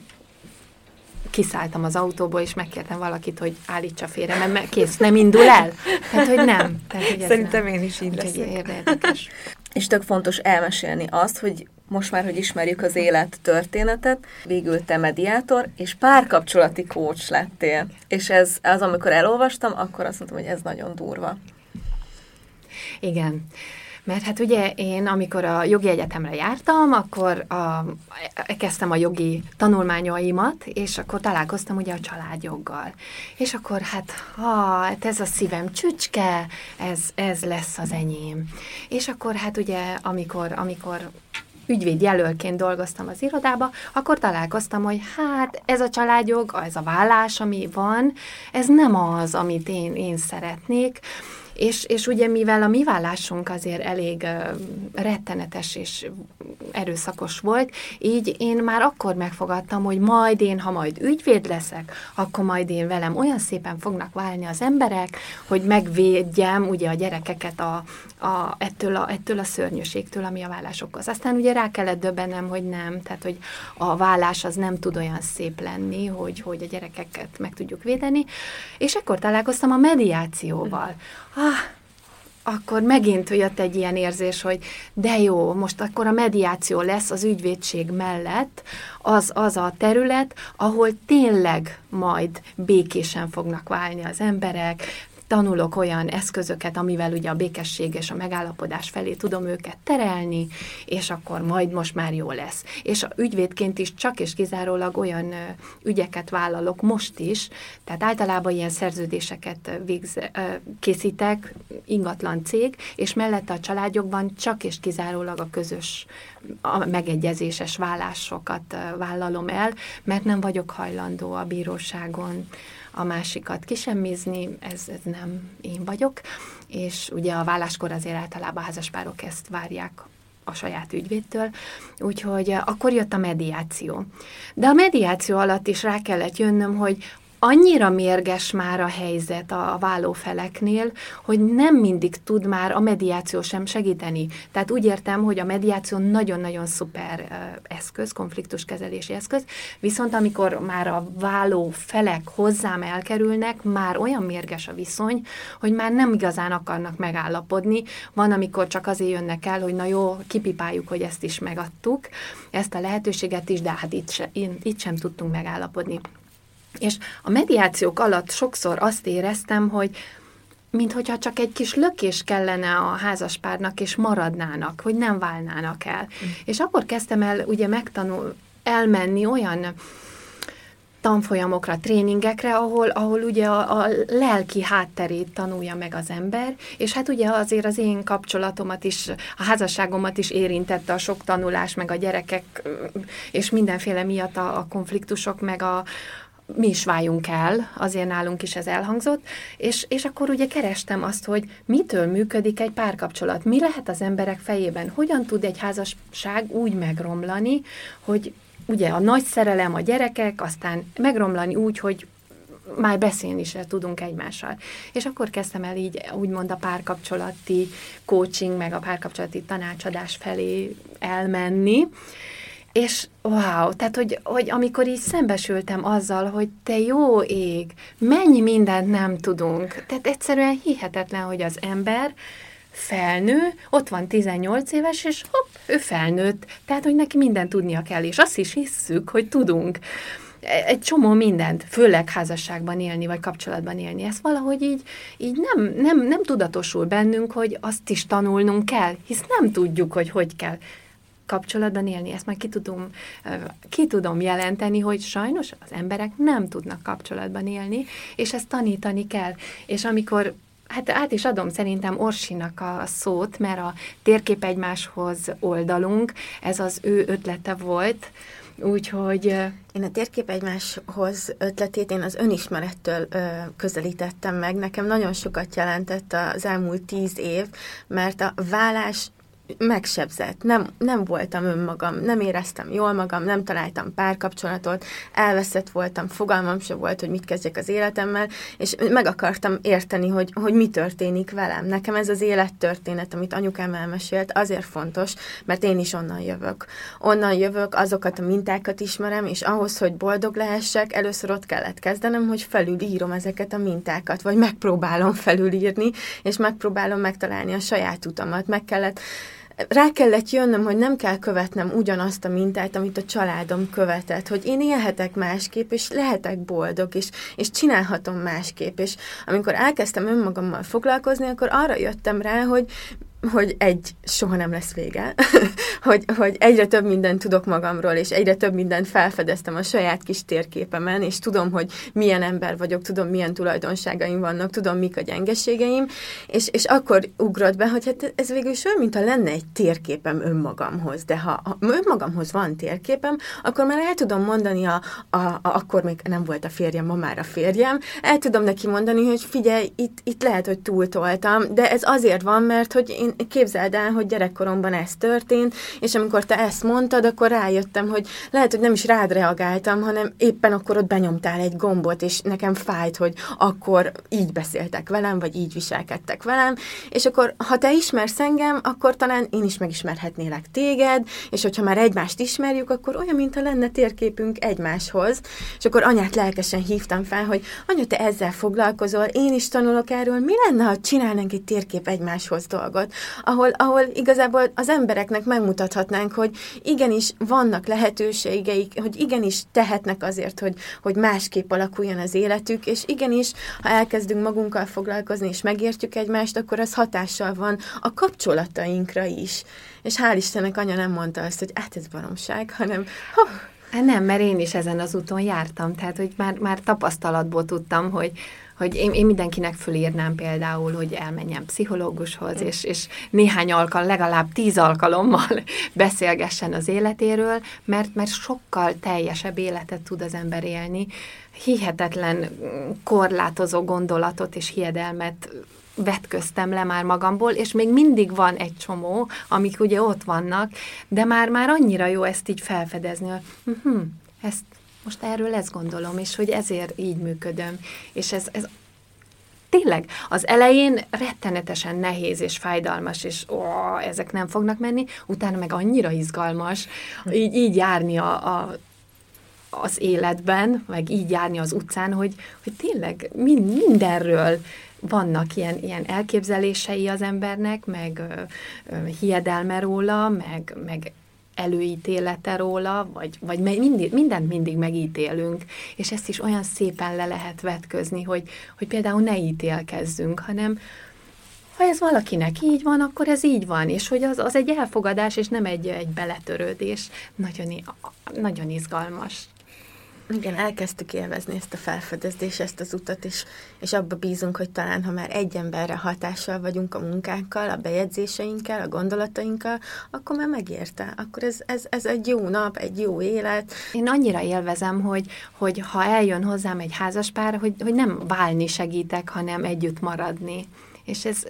kiszálltam az autóból, és megkértem valakit, hogy állítsa félre, mert kész, nem indul el. Tehát, hogy nem. Tehát, hogy Szerintem nem. én is így leszek. Érdekes. És tök fontos elmesélni azt, hogy most már, hogy ismerjük az élet történetet, végül te mediátor, és párkapcsolati coach lettél. És ez az, amikor elolvastam, akkor azt mondtam, hogy ez nagyon durva. Igen. Mert hát ugye én, amikor a jogi egyetemre jártam, akkor kezdtem a jogi tanulmányaimat, és akkor találkoztam ugye a családjoggal. És akkor hát ez a szívem csücske, ez lesz az enyém. És akkor hát ugye, amikor ügyvédjelölként dolgoztam az irodába, akkor találkoztam, hogy hát ez a családjog, ez a vállás, ami van, ez nem az, amit én szeretnék. És ugye mivel a mi vállásunk azért elég rettenetes és erőszakos volt, így én már akkor megfogadtam, hogy majd én, ha majd ügyvéd leszek, akkor majd én velem olyan szépen fognak válni az emberek, hogy megvédjem ugye a gyerekeket ettől a szörnyűségtől, ami a vállásokhoz. Aztán ugye rá kellett döbbennem, hogy nem, tehát hogy a vállás az nem tud olyan szép lenni, hogy a gyerekeket meg tudjuk védeni, és akkor találkoztam a mediációval. Akkor megint jött egy ilyen érzés, hogy de jó, most akkor a mediáció lesz az ügyvédség mellett az a terület, ahol tényleg majd békésen fognak válni az emberek, tanulok olyan eszközöket, amivel ugye a békesség és a megállapodás felé tudom őket terelni, és akkor majd most már jó lesz. És ügyvédként is csak és kizárólag olyan ügyeket vállalok most is, tehát általában ilyen szerződéseket készítek, ingatlan cég, és mellette a családjogban csak és kizárólag a közös, a megegyezéses vállásokat vállalom el, mert nem vagyok hajlandó a bíróságon a másikat kisemmizni, ez nem én vagyok, és ugye a válláskor azért általában a házaspárok ezt várják a saját ügyvédtől, úgyhogy akkor jött a mediáció. De a mediáció alatt is rá kellett jönnöm, hogy annyira mérges már a helyzet a válófeleknél, hogy nem mindig tud már a mediáció sem segíteni. Tehát úgy értem, hogy a mediáció nagyon-nagyon szuper eszköz, konfliktuskezelési eszköz, viszont amikor már a válófelek hozzám elkerülnek, már olyan mérges a viszony, hogy már nem igazán akarnak megállapodni. Van, amikor csak azért jönnek el, hogy na jó, kipipáljuk, hogy ezt is megadtuk, ezt a lehetőséget is, de hát itt sem tudtunk megállapodni. És a mediációk alatt sokszor azt éreztem, hogy minthogyha csak egy kis lökés kellene a házaspárnak, és maradnának, hogy nem válnának el. És akkor kezdtem el ugye elmenni olyan tanfolyamokra, tréningekre, ahol ugye a lelki hátterét tanulja meg az ember, és hát ugye azért az én kapcsolatomat is, a házasságomat is érintette a sok tanulás, meg a gyerekek, és mindenféle miatt a konfliktusok, meg mi is váljunk el, azért nálunk is ez elhangzott, és akkor ugye kerestem azt, hogy mitől működik egy párkapcsolat, mi lehet az emberek fejében, hogyan tud egy házasság úgy megromlani, hogy ugye a nagy szerelem, a gyerekek, aztán megromlani úgy, hogy már beszélni is tudunk egymással. És akkor kezdtem el így úgymond a párkapcsolati coaching, meg a párkapcsolati tanácsadás felé elmenni, és wow, tehát, hogy amikor így szembesültem azzal, hogy te jó ég, mennyi mindent nem tudunk. Tehát egyszerűen hihetetlen, hogy az ember felnő, ott van 18 éves, és hopp, ő felnőtt. Tehát, hogy neki mindent tudnia kell, és azt is hisszük, hogy tudunk egy csomó mindent, főleg házasságban élni, vagy kapcsolatban élni. Ez valahogy így nem tudatosul bennünk, hogy azt is tanulnunk kell, hisz nem tudjuk, hogy kell kapcsolatban élni. Ezt már ki tudom jelenteni, hogy sajnos az emberek nem tudnak kapcsolatban élni, és ezt tanítani kell. És amikor, hát át is adom szerintem Orsinak a szót, mert a Térkép egymáshoz oldalunk, ez az ő ötlete volt, úgyhogy... Én a Térkép egymáshoz ötletét én az önismerettől közelítettem meg. Nekem nagyon sokat jelentett az elmúlt 10 év, mert a vállás megsebzett. Nem voltam önmagam, nem éreztem jól magam, nem találtam párkapcsolatot, elveszett voltam, fogalmam sem volt, hogy mit kezdjek az életemmel, és meg akartam érteni, hogy mi történik velem. Nekem ez az élettörténet, amit anyukám elmesélt, azért fontos, mert én is onnan jövök. Onnan jövök, azokat a mintákat ismerem, és ahhoz, hogy boldog lehessek, először ott kellett kezdenem, hogy felülírom ezeket a mintákat, vagy megpróbálom felülírni, és megpróbálom megtalálni a saját utamat. Rá kellett jönnöm, hogy nem kell követnem ugyanazt a mintát, amit a családom követett, hogy én élhetek másképp, és lehetek boldog, és csinálhatom másképp. És amikor elkezdtem önmagammal foglalkozni, akkor arra jöttem rá, hogy soha nem lesz vége, hogy egyre több mindent tudok magamról, és egyre több mindent felfedeztem a saját kis térképemen, és tudom, hogy milyen ember vagyok, tudom, milyen tulajdonságaim vannak, tudom, mik a gyengeségeim, és akkor ugrott be, hogy hát ez végül is olyan, mintha lenne egy térképem önmagamhoz, de ha önmagamhoz van térképem, akkor már el tudom mondani, akkor még nem volt a férjem, ma már a férjem, el tudom neki mondani, hogy figyelj, itt lehet, hogy túltoltam, de ez azért van, mert hogy én képzeld el, hogy gyerekkoromban ez történt, és amikor te ezt mondtad, akkor rájöttem, hogy lehet, hogy nem is rád reagáltam, hanem éppen akkor ott benyomtál egy gombot, és nekem fájt, hogy akkor így beszéltek velem, vagy így viselkedtek velem, és akkor, ha te ismersz engem, akkor talán én is megismerhetnélek téged, és hogyha már egymást ismerjük, akkor olyan, mintha lenne térképünk egymáshoz, és akkor anyát lelkesen hívtam fel, hogy anya, te ezzel foglalkozol, én is tanulok erről, mi lenne, ha csinálnánk egy térkép egymáshoz dolgot, ahol igazából az embereknek megmutathatnánk, hogy igenis vannak lehetőségeik, hogy igenis tehetnek azért, hogy másképp alakuljon az életük, és igenis, ha elkezdünk magunkkal foglalkozni, és megértjük egymást, akkor az hatással van a kapcsolatainkra is. És hál' Istennek anya nem mondta azt, hogy hát ez baromság, hanem... Nem, mert én is ezen az úton jártam, tehát hogy már tapasztalatból tudtam, hogy én mindenkinek fölírnám például, hogy elmenjen pszichológushoz, és néhány legalább 10 alkalommal beszélgessen az életéről, mert sokkal teljesebb életet tud az ember élni. Hihetetlen korlátozó gondolatot és hiedelmet vetköztem le már magamból, és még mindig van egy csomó, amik ugye ott vannak, de már annyira jó ezt így felfedezni, hogy most erről ezt gondolom, és hogy ezért így működöm. És ez tényleg az elején rettenetesen nehéz és fájdalmas, és ezek nem fognak menni, utána meg annyira izgalmas így járni az életben, meg így járni az utcán, hogy tényleg mindenről vannak ilyen elképzelései az embernek, meg hiedelme róla, meg előítélete róla, vagy mindent mindig megítélünk, és ezt is olyan szépen le lehet vetközni, hogy például ne ítélkezzünk, hanem ha ez valakinek így van, akkor ez így van, és hogy az egy elfogadás, és nem egy beletörődés. Nagyon izgalmas. Igen, elkezdtük élvezni ezt a felfedezést, ezt az utat, és abba bízunk, hogy talán, ha már egy emberre hatással vagyunk a munkánkkal, a bejegyzéseinkkel, a gondolatainkkal, akkor már megérte. Akkor ez egy jó nap, egy jó élet. Én annyira élvezem, hogy ha eljön hozzám egy házaspár, hogy nem válni segítek, hanem együtt maradni. És ez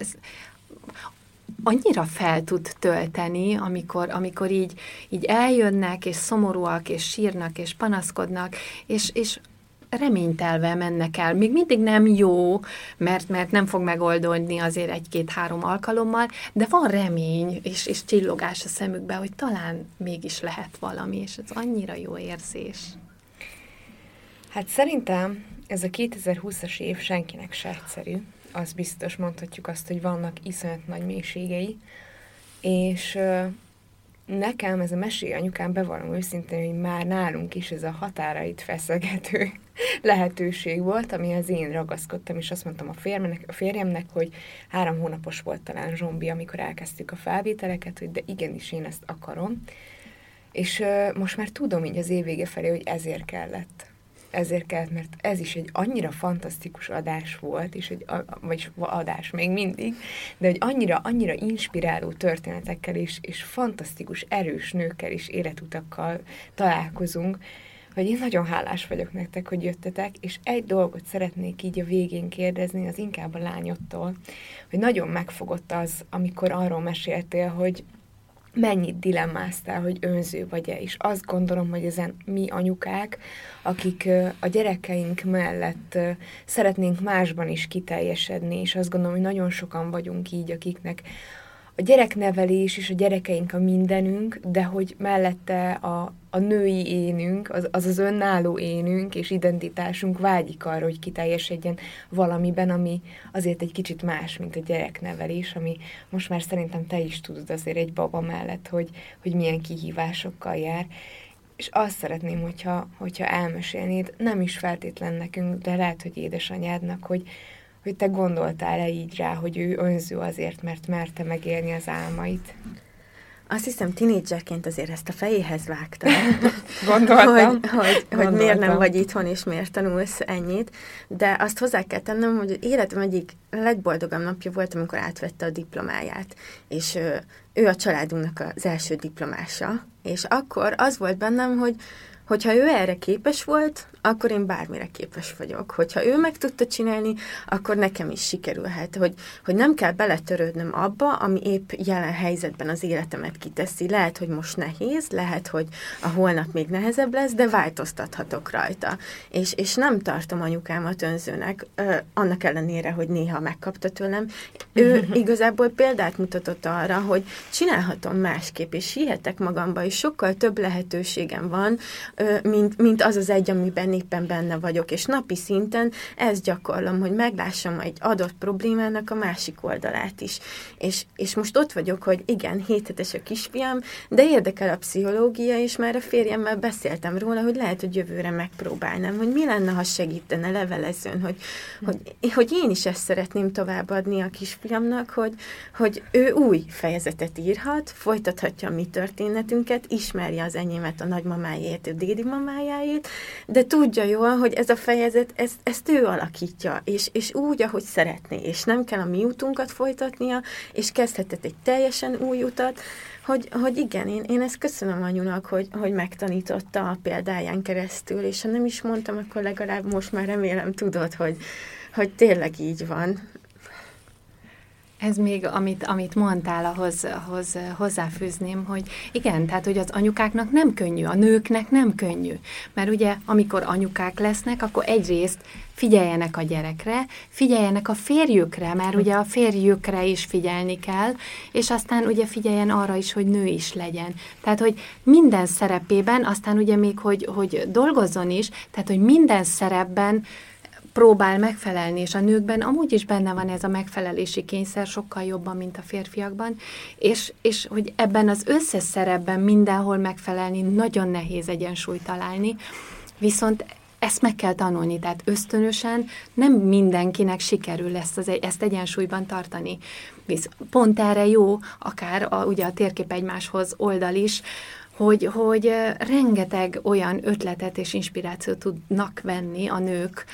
annyira fel tud tölteni, amikor így eljönnek, és szomorúak, és sírnak, és panaszkodnak, és reménytelve mennek el. Még mindig nem jó, mert nem fog megoldódni azért 1-2-3 alkalommal, de van remény, és csillogás a szemükbe, hogy talán mégis lehet valami, és ez annyira jó érzés. Hát szerintem ez a 2020-as év senkinek se egyszerű. Az biztos, mondhatjuk azt, hogy vannak iszonyat nagy mélységei, és nekem ez a Mesélj anyukám, bevallom őszintén, hogy már nálunk is ez a határait feszegető lehetőség volt, amihez én ragaszkodtam, és azt mondtam a férjemnek, hogy 3 hónapos volt talán Zsombi, amikor elkezdtük a felvételeket, hogy de igenis én ezt akarom, és most már tudom így az év vége felé, hogy ezért kellett, mert ez is egy annyira fantasztikus adás volt, vagyis adás még mindig, de hogy annyira inspiráló történetekkel és fantasztikus, erős nőkkel és életutakkal találkozunk, hogy én nagyon hálás vagyok nektek, hogy jöttetek, és egy dolgot szeretnék így a végén kérdezni, az inkább a lányodtól, hogy nagyon megfogott az, amikor arról meséltél, hogy mennyit dilemmáztál, hogy önző vagy-e, és azt gondolom, hogy ezen mi anyukák, akik a gyerekeink mellett szeretnénk másban is kiteljesedni, és azt gondolom, hogy nagyon sokan vagyunk így, akiknek a gyereknevelés és a gyerekeink a mindenünk, de hogy mellette a női énünk, az önálló énünk és identitásunk vágyik arra, hogy kiteljesedjen valamiben, ami azért egy kicsit más, mint a gyereknevelés, ami most már szerintem te is tudod azért egy baba mellett, hogy milyen kihívásokkal jár. És azt szeretném, hogyha elmesélnéd, nem is feltétlen nekünk, de lehet, hogy édesanyádnak, hogy te gondoltál-e így rá, hogy ő önző azért, mert merte megélni az álmait? Azt hiszem, tinédzserként azért ezt a fejéhez vágtam. Gondoltam. hogy miért nem vagy itthon, és miért tanulsz ennyit. De azt hozzá kell tennem, hogy életem egyik legboldogabb napja volt, amikor átvette a diplomáját. És ő a családunknak az első diplomása. És akkor az volt bennem, hogyha ő erre képes volt, akkor én bármire képes vagyok. Hogyha ő meg tudta csinálni, akkor nekem is sikerülhet, hogy nem kell beletörődnöm abba, ami épp jelen helyzetben az életemet kiteszi. Lehet, hogy most nehéz, lehet, hogy a holnap még nehezebb lesz, de változtathatok rajta. És nem tartom anyukámat önzőnek, annak ellenére, hogy néha megkapta tőlem. Ő igazából példát mutatott arra, hogy csinálhatom másképp, és hihetek magamba, és sokkal több lehetőségem van, mint az az egy, amiben éppen benne vagyok, és napi szinten ezt gyakorlom, hogy meglássam egy adott problémának a másik oldalát is. És most ott vagyok, hogy igen, 7 hetes a kisfiam, de érdekel a pszichológia, és már a férjemmel beszéltem róla, hogy lehet, hogy jövőre megpróbálnám, hogy mi lenne, ha segítene levelezőn, hogy én is ezt szeretném továbbadni a kisfiamnak, hogy ő új fejezetet írhat, folytathatja a mi történetünket, ismerje az enyémet, a nagymamáját, a dédimamájáét, de tudja jól, hogy ez a fejezet, ezt ő alakítja, és úgy, ahogy szeretné, és nem kell a mi utunkat folytatnia, és kezdhetett egy teljesen új utat, hogy igen, én ezt köszönöm anyunak, hogy megtanította a példáján keresztül, és ha nem is mondtam, akkor legalább most már remélem tudod, hogy tényleg így van. Ez még, amit mondtál, ahhoz hozzáfűzném, hogy igen, tehát, hogy az anyukáknak nem könnyű, a nőknek nem könnyű. Mert ugye, amikor anyukák lesznek, akkor egyrészt figyeljenek a gyerekre, figyeljenek a férjükre, mert ugye a férjükre is figyelni kell, és aztán ugye figyeljen arra is, hogy nő is legyen. Tehát, hogy minden szerepében, aztán ugye még, hogy dolgozzon is, tehát, hogy minden szerepben próbál megfelelni, és a nőkben amúgy is benne van ez a megfelelési kényszer sokkal jobban, mint a férfiakban, és hogy ebben az összes szerepben mindenhol megfelelni nagyon nehéz egyensúlyt találni, viszont ezt meg kell tanulni, tehát ösztönösen nem mindenkinek sikerül ezt egyensúlyban tartani. Pont erre jó, akár ugye a térkép egymáshoz oldal is, hogy rengeteg olyan ötletet és inspirációt tudnak venni a nők,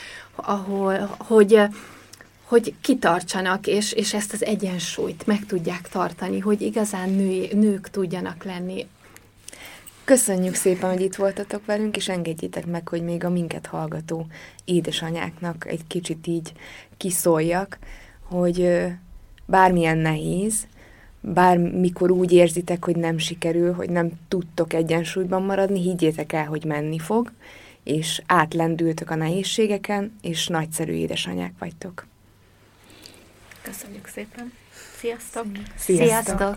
hogy kitartsanak, és ezt az egyensúlyt meg tudják tartani, hogy igazán nők tudjanak lenni. Köszönjük szépen, hogy itt voltatok velünk, és engedjétek meg, hogy még a minket hallgató édesanyáknak egy kicsit így kiszóljak, hogy bármilyen nehéz, bármikor úgy érzitek, hogy nem sikerül, hogy nem tudtok egyensúlyban maradni, higgyétek el, hogy menni fog, és átlendültök a nehézségeken, és nagyszerű édesanyák vagytok. Köszönjük szépen. Sziasztok! Sziasztok!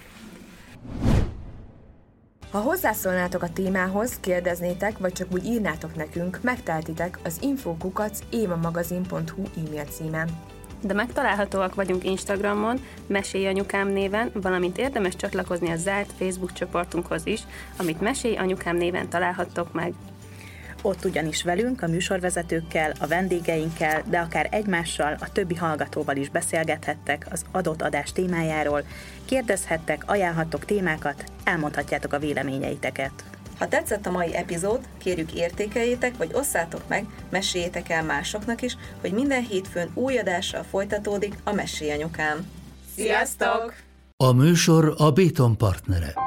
Ha hozzászólnátok a témához, kérdeznétek, vagy csak úgy írnátok nekünk, megteltitek az info@évamagazin.hu e-mail címen. De megtalálhatóak vagyunk Instagramon, Mesélj Anyukám néven, valamint érdemes csatlakozni a zárt Facebook csoportunkhoz is, amit Mesélj Anyukám néven találhattok meg. Ott ugyanis velünk, a műsorvezetőkkel, a vendégeinkkel, de akár egymással, a többi hallgatóval is beszélgethettek az adott adás témájáról, kérdezhettek, ajánlhattok témákat, elmondhatjátok a véleményeiteket. Ha tetszett a mai epizód, kérjük értékeljétek, vagy osszátok meg, meséljétek el másoknak is, hogy minden hétfőn új adással folytatódik a Mesélj Anyukám. Sziasztok! A műsor a Béton partnere.